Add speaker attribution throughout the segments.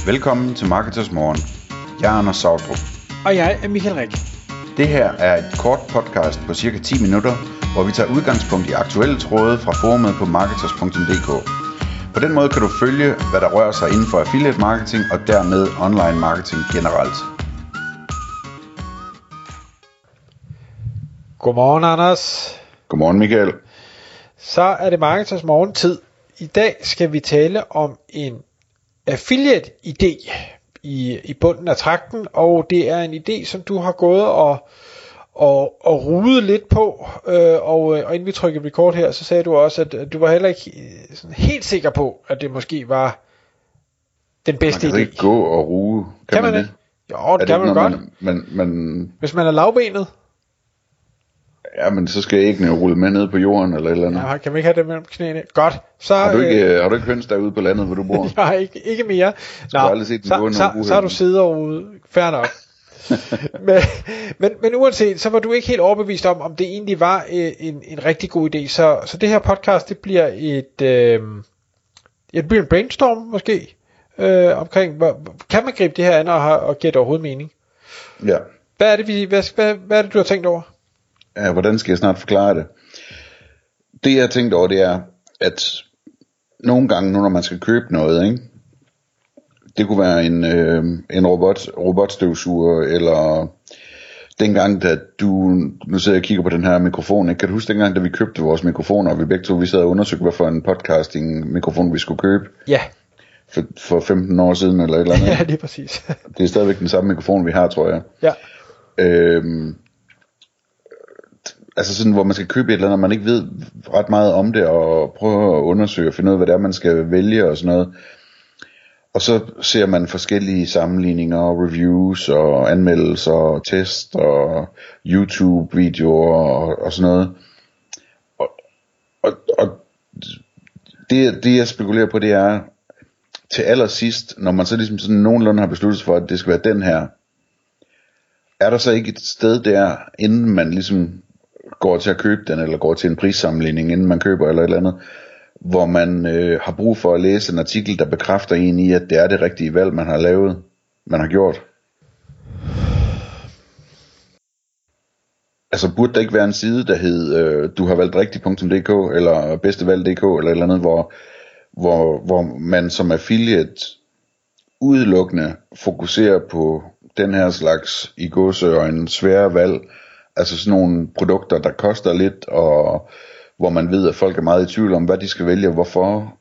Speaker 1: Velkommen til Marketers Morgen. Jeg er Anders Sautrup.
Speaker 2: Og jeg er Michael Rik.
Speaker 1: Det her er et kort podcast på cirka 10 minutter, hvor vi tager udgangspunkt i aktuelle tråde fra forumet på marketers.dk. På den måde kan du følge, hvad der rører sig inden for affiliate marketing og dermed online marketing generelt.
Speaker 2: Godmorgen, Anders.
Speaker 1: Godmorgen, Michael.
Speaker 2: Så er det Marketers Morgen-tid. I dag skal vi tale om en affiliate-idé i bunden af trakten, og det er en idé, som du har gået og rudet lidt på, og inden vi trykkede record her, så sagde du også, at du var heller ikke sådan helt sikker på, at det måske var den bedste idé.
Speaker 1: Man kan ikke gå og ruge.
Speaker 2: Kan man det? Jo, det kan man godt.
Speaker 1: Men
Speaker 2: hvis man er lavbenet.
Speaker 1: Ja, men så skal jeg ikke rulle med ned på jorden eller et eller andet.
Speaker 2: Ja, kan man ikke have det mellem knæene? Godt. Så,
Speaker 1: har du ikke høns derude på landet, hvor du bor?
Speaker 2: Nej, ikke mere. Så har du siddet ude. Fair nok. men uanset, så var du ikke helt overbevist om det egentlig var en rigtig god idé. Så det her podcast, det bliver det bliver en brainstorm måske, omkring, kan man gribe det her an og give det overhovedet mening?
Speaker 1: Ja.
Speaker 2: Hvad er det, du har tænkt over?
Speaker 1: Ja, hvordan skal jeg snart forklare det? Det jeg har tænkt over, det er, at nogle gange nu, når man skal købe noget, ikke? Det kunne være en robotstøvsuger, eller dengang, da nu sidder jeg og kigger på den her mikrofon, ikke? Kan du huske dengang, da vi købte vores mikrofoner, og vi begge to, vi sad og undersøgte, hvad for en podcasting-mikrofon vi skulle købe? Ja. For 15 år siden, eller et eller andet?
Speaker 2: Ja, det er præcis.
Speaker 1: Det er stadigvæk den samme mikrofon, vi har, tror jeg.
Speaker 2: Ja.
Speaker 1: Altså sådan, hvor man skal købe et eller andet, man ikke ved ret meget om det, og prøve at undersøge og finde ud af, hvad det er, man skal vælge og sådan noget. Og så ser man forskellige sammenligninger, reviews og anmeldelser og test og YouTube-videoer og sådan noget. Og det jeg spekulerer på, det er til allersidst, når man så ligesom sådan nogenlunde har besluttet sig for, at det skal være den her, er der så ikke et sted der, inden man ligesom går til at købe den, eller går til en prissammenligning, inden man køber eller et eller andet, hvor man har brug for at læse en artikel, der bekræfter en i, at det er det rigtige valg, man har gjort? Altså burde der ikke være en side, der hed du har valgt rigtigt.dk, eller bedstevalg.dk, eller et eller andet, hvor man som affiliate udelukkende fokuserer på den her slags i gåseøjne svære valg, altså sådan nogle produkter, der koster lidt, og hvor man ved, at folk er meget i tvivl om, hvad de skal vælge og hvorfor,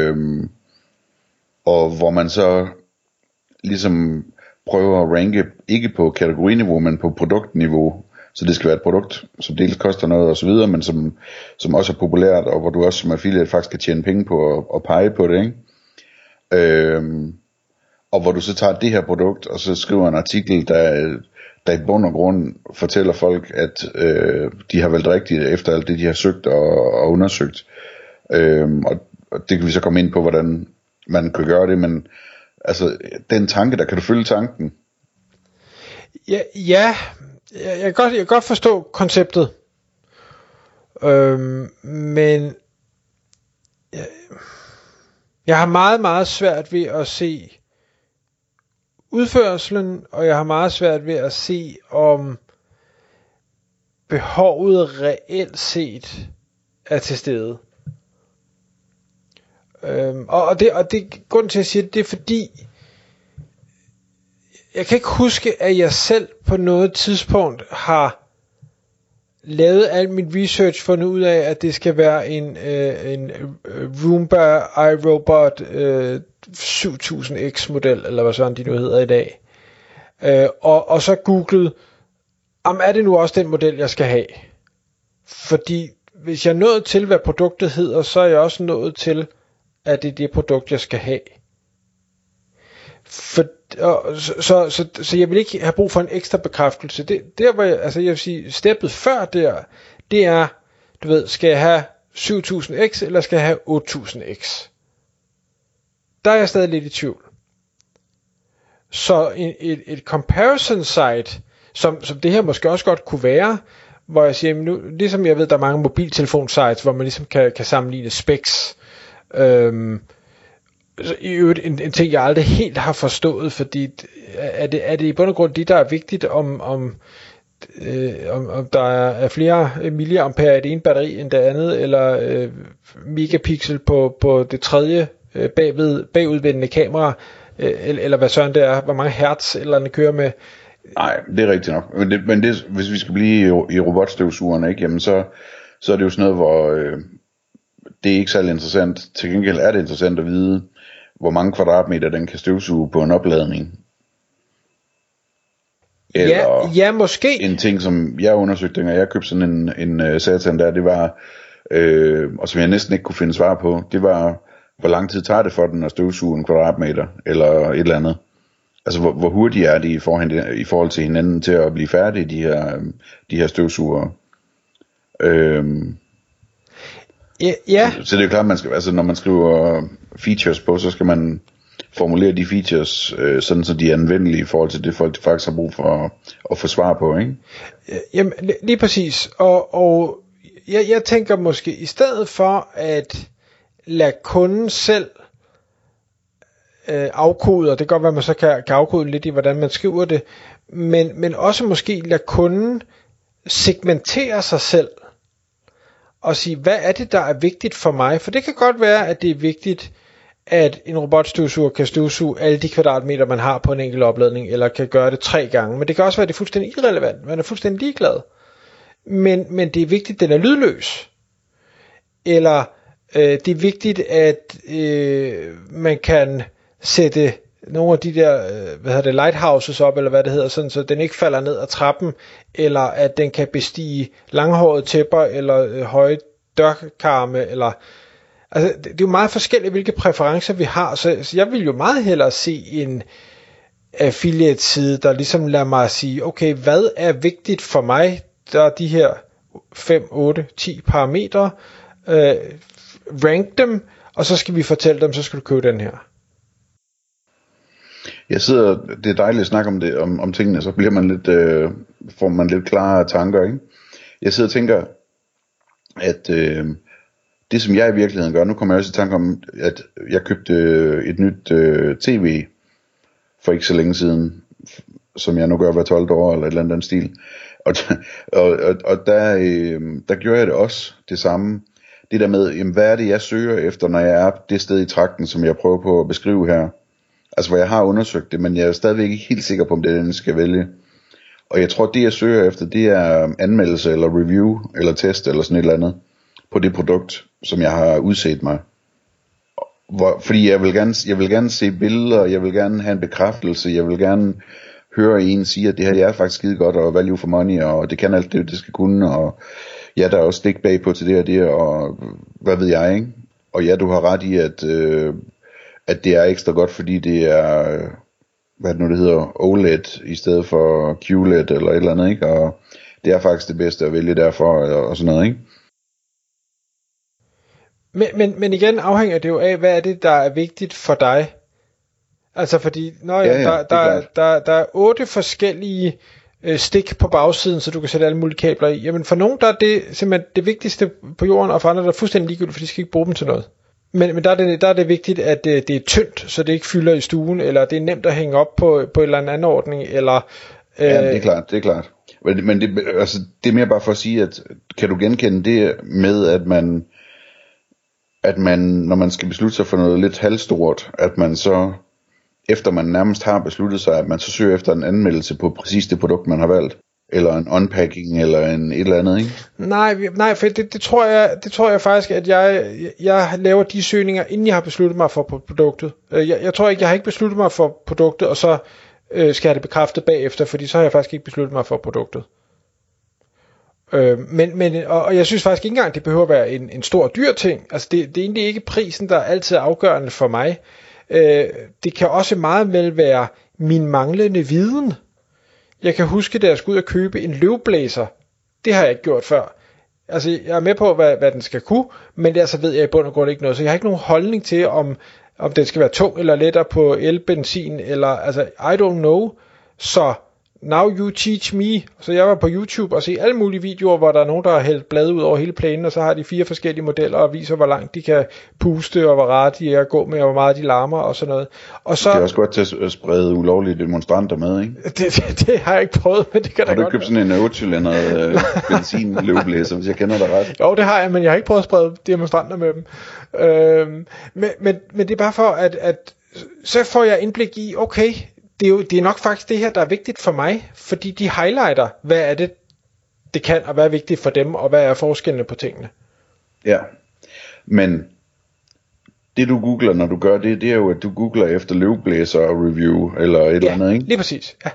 Speaker 1: og hvor man så ligesom prøver at ranke, ikke på kategoriniveau, men på produktniveau, så det skal være et produkt, som dels koster noget og så videre, men som også er populært, og hvor du også som affiliate faktisk kan tjene penge på at pege på det, ikke? Og hvor du så tager det her produkt, og så skriver en artikel, der i bund og grund fortæller folk, at de har valgt rigtigt efter alt det, de har søgt og undersøgt. Og det kan vi så komme ind på, hvordan man kan gøre det, men altså, den tanke, der kan du følge tanken?
Speaker 2: Ja, jeg kan godt forstå konceptet, men jeg har meget, meget svært ved at se udførslen, og jeg har meget svært ved at se, om behovet reelt set er til stede. Og det grunden til at sige det er fordi, jeg kan ikke huske, at jeg selv på noget tidspunkt har lavet al min research, fundet ud af, at det skal være en Roomba iRobot 7000X model, eller hvad sådan de nu hedder i dag. Og så googlet, er det nu også den model, jeg skal have? Fordi hvis jeg er nået til, hvad produktet hedder, så er jeg også nået til, at det er det produkt, jeg skal have. Så jeg vil ikke have brug for en ekstra bekræftelse. Der hvor jeg vil sige, steppet før det er, du ved, skal jeg have 7000X, eller skal jeg have 8000X? Der er jeg stadig lidt i tvivl. Så et comparison site, som det her måske også godt kunne være, hvor jeg siger, nu, ligesom jeg ved, der er mange mobiltelefon sites, hvor man ligesom kan sammenligne specs, i øvrigt en ting, jeg aldrig helt har forstået, fordi er det i bund og grund det, der er vigtigt, om der er flere milliampere i det ene batteri end det andet, eller megapixel på det tredje bagudvendende kamera, eller hvad sådan det er, hvor mange hertz eller andet kører med.
Speaker 1: Nej, det er rigtigt nok. Men det, hvis vi skal blive i robotstøvsugerne, ikke, jamen så er det jo sådan noget, hvor det er ikke særlig interessant. Til gengæld er det interessant at vide, hvor mange kvadratmeter den kan støvsuge på en opladning. Eller
Speaker 2: ja, måske.
Speaker 1: En ting, som jeg undersøgte, dengang jeg købte sådan en satan der, det var, og som jeg næsten ikke kunne finde svar på, det var, hvor lang tid tager det for den at støvsuge en kvadratmeter, eller et eller andet. Altså, hvor hurtigt er de i forhold til hinanden til at blive færdige, de her støvsugere.
Speaker 2: Ja.
Speaker 1: Så det er jo klart, man skal, altså, når man skriver features på, så skal man formulere de features, sådan så de er anvendelige i forhold til det, folk faktisk har brug for at få svar på, ikke?
Speaker 2: Jamen, lige præcis. Og jeg tænker måske, i stedet for at lade kunden selv afkode, og det kan godt være, at man så kan afkode lidt i, hvordan man skriver det, men også måske lade kunden segmentere sig selv, og sige, hvad er det, der er vigtigt for mig? For det kan godt være, at det er vigtigt, at en robotstøvsuger kan støvsuge alle de kvadratmeter, man har på en enkelt opladning, eller kan gøre det 3 gange. Men det kan også være, at det er fuldstændig irrelevant. Man er fuldstændig ligeglad. Men det er vigtigt, at den er lydløs. Eller det er vigtigt, at man kan sætte nogle af de der lighthouses op, eller hvad det hedder, sådan, så den ikke falder ned ad trappen, eller at den kan bestige langhårede tæpper, eller høje dørkarme, eller... Altså, det er jo meget forskelligt, hvilke præferencer vi har, så jeg vil jo meget hellere se en affiliate-side, der ligesom lader mig sige, okay, hvad er vigtigt for mig? Der er de her 5, 8, 10 parametre, rank dem, og så skal vi fortælle dem, så skal du købe den her.
Speaker 1: Det er dejligt at snakke om det, om tingene, så bliver man lidt, får man lidt klare tanker, ikke? Jeg sidder og tænker, at det som jeg i virkeligheden gør, nu kommer jeg også i tanke om, at jeg købte et nyt tv for ikke så længe siden, som jeg nu gør hver 12 år, eller et eller andet stil, og der gjorde jeg det også, det samme, det der med, jamen, hvad er det jeg søger efter, når jeg er det sted i trakten, som jeg prøver på at beskrive her. Altså, hvor jeg har undersøgt det, men jeg er stadigvæk ikke helt sikker på, om det er den, jeg skal vælge. Og jeg tror, det jeg søger efter, det er anmeldelse, eller review, eller test, eller sådan et eller andet, på det produkt, som jeg har udset mig. Fordi jeg vil gerne se billeder, jeg vil gerne have en bekræftelse, jeg vil gerne høre en sige, at det her er faktisk skide godt, og value for money, og det kan alt det skal kunne, og ja, der er også stik bagpå til det og det, og hvad ved jeg, ikke? Og ja, du har ret i, at det er ekstra godt, fordi det er, hvad det nu det hedder, OLED i stedet for QLED eller et eller andet, ikke? Og det er faktisk det bedste at vælge derfor, og sådan noget, ikke?
Speaker 2: Men igen afhænger det jo af, hvad er det, der er vigtigt for dig? Altså fordi, der er 8 forskellige stik på bagsiden, så du kan sætte alle mulige kabler i. Jamen for nogen, der er det simpelthen det vigtigste på jorden, og for andre, der er fuldstændig ligegyldigt, for de skal ikke bruge dem til noget. Men der er det vigtigt, at det er tyndt, så det ikke fylder i stuen, eller det er nemt at hænge op på en eller anden ordning, eller...
Speaker 1: Ja, det er klart. Men det er mere bare for at sige, at kan du genkende det med, at man, når man skal beslutte sig for noget lidt halvstort, at man så, efter man nærmest har besluttet sig, at man så søger efter en anmeldelse på præcis det produkt, man har valgt, eller en unpacking, eller et eller andet, ikke?
Speaker 2: Nej, for det tror jeg faktisk, at jeg laver de søgninger, inden jeg har besluttet mig for produktet. Jeg tror ikke, jeg har ikke besluttet mig for produktet, og så skal jeg have det bekræftet bagefter, fordi så har jeg faktisk ikke besluttet mig for produktet. Og jeg synes faktisk ikke engang, det behøver at være en stor dyr ting. Altså det er egentlig ikke prisen, der altid er afgørende for mig. Det kan også meget vel være min manglende viden. Jeg kan huske, da jeg skulle ud og købe en løvblæser. Det har jeg ikke gjort før. Altså jeg er med på, hvad den skal kunne, men ellers ved jeg i bund og grund ikke noget. Så jeg har ikke nogen holdning til, om den skal være tung eller lettere på el, benzin, eller altså I don't know. Så Now You Teach Me. Så jeg var på YouTube og se alle mulige videoer, hvor der er nogen, der har hældt blade ud over hele plænen, og så har de 4 forskellige modeller og viser, hvor langt de kan puste, og hvor rare de er at gå med, og hvor meget de larmer og sådan noget. Og så,
Speaker 1: det er også godt til at sprede ulovlige demonstranter med, ikke?
Speaker 2: Det har jeg ikke prøvet, men det kan da godt.
Speaker 1: Har du købt sådan en 8-cylindret benzinløveblæser, hvis jeg kender dig ret?
Speaker 2: Jo, det har jeg, men jeg har ikke prøvet at sprede demonstranter med dem. Men det er bare for, at så får jeg indblik i, okay, det er nok faktisk det her, der er vigtigt for mig, fordi de highlighter, hvad er det kan, og hvad er vigtigt for dem, og hvad er forskellene på tingene.
Speaker 1: Ja, men det du googler, når du gør det, det er jo, at du googler efter løveblæser og review, eller et eller andet, ikke?
Speaker 2: Lige præcis, ja.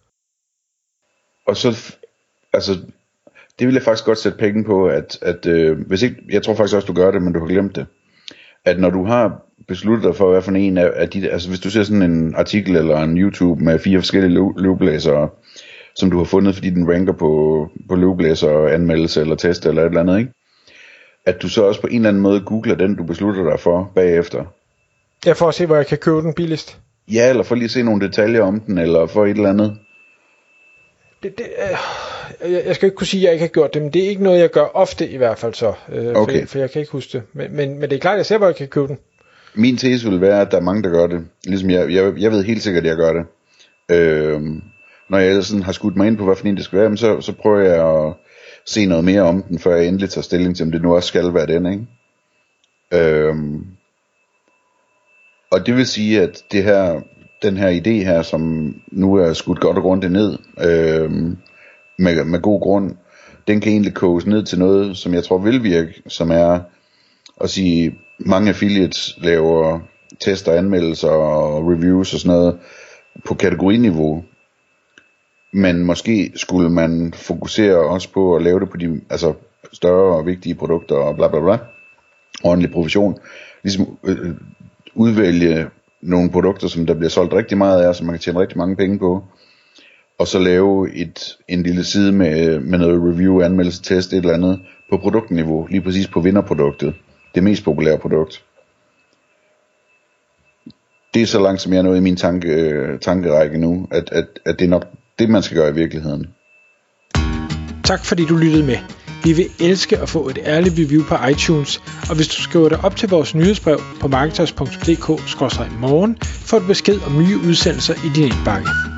Speaker 1: Og så, altså, det vil jeg faktisk godt sætte penge på, at hvis ikke, jeg tror faktisk også, du gør det, men du har glemt det, at når du har besluttet dig for, hvad for en af de, altså hvis du ser sådan en artikel eller en YouTube med 4 forskellige løveblæsere, som du har fundet, fordi den ranker på løveblæser, anmeldelse eller test eller et eller andet, ikke? At du så også på en eller anden måde googler den, du beslutter dig for bagefter.
Speaker 2: Ja, for at se, hvor jeg kan købe den billigst.
Speaker 1: Ja, eller for lige at se nogle detaljer om den, eller for et eller andet.
Speaker 2: Jeg skal ikke kunne sige, at jeg ikke har gjort det, men det er ikke noget, jeg gør ofte i hvert fald så.
Speaker 1: Okay.
Speaker 2: For jeg kan ikke huske det. Men det er klart, at jeg ser, hvor jeg kan købe den.
Speaker 1: Min tese vil være, at der er mange, der gør det. Ligesom jeg ved helt sikkert, at jeg gør det. Når jeg sådan har skudt mig ind på, hvad for en det skal være, så prøver jeg at se noget mere om den, før jeg endelig tager stilling til, om det nu også skal være den, ikke? Og det vil sige, at den her idé her, som nu er skudt godt og grundigt ned, med god grund, den kan egentlig koges ned til noget, som jeg tror vil virke, som er at sige, mange affiliates laver tester, anmeldelser og reviews og sådan noget på kategoriniveau, men måske skulle man fokusere også på at lave det på de større og vigtige produkter og bla bla bla, ordentlig provision, ligesom udvælge nogle produkter, som der bliver solgt rigtig meget af, som man kan tjene rigtig mange penge på, og så lave en lille side med noget review, anmeldelse, test, et eller andet på produktniveau, lige præcis på vinderproduktet, det mest populære produkt. Det er så langt, som jeg er nået i min tankerække nu, at det er nok det, man skal gøre i virkeligheden.
Speaker 2: Tak fordi du lyttede med. Vi vil elske at få et ærligt review på iTunes, og hvis du skriver dig op til vores nyhedsbrev på marketers.dk/morgen, får du besked om nye udsendelser i din indbakke.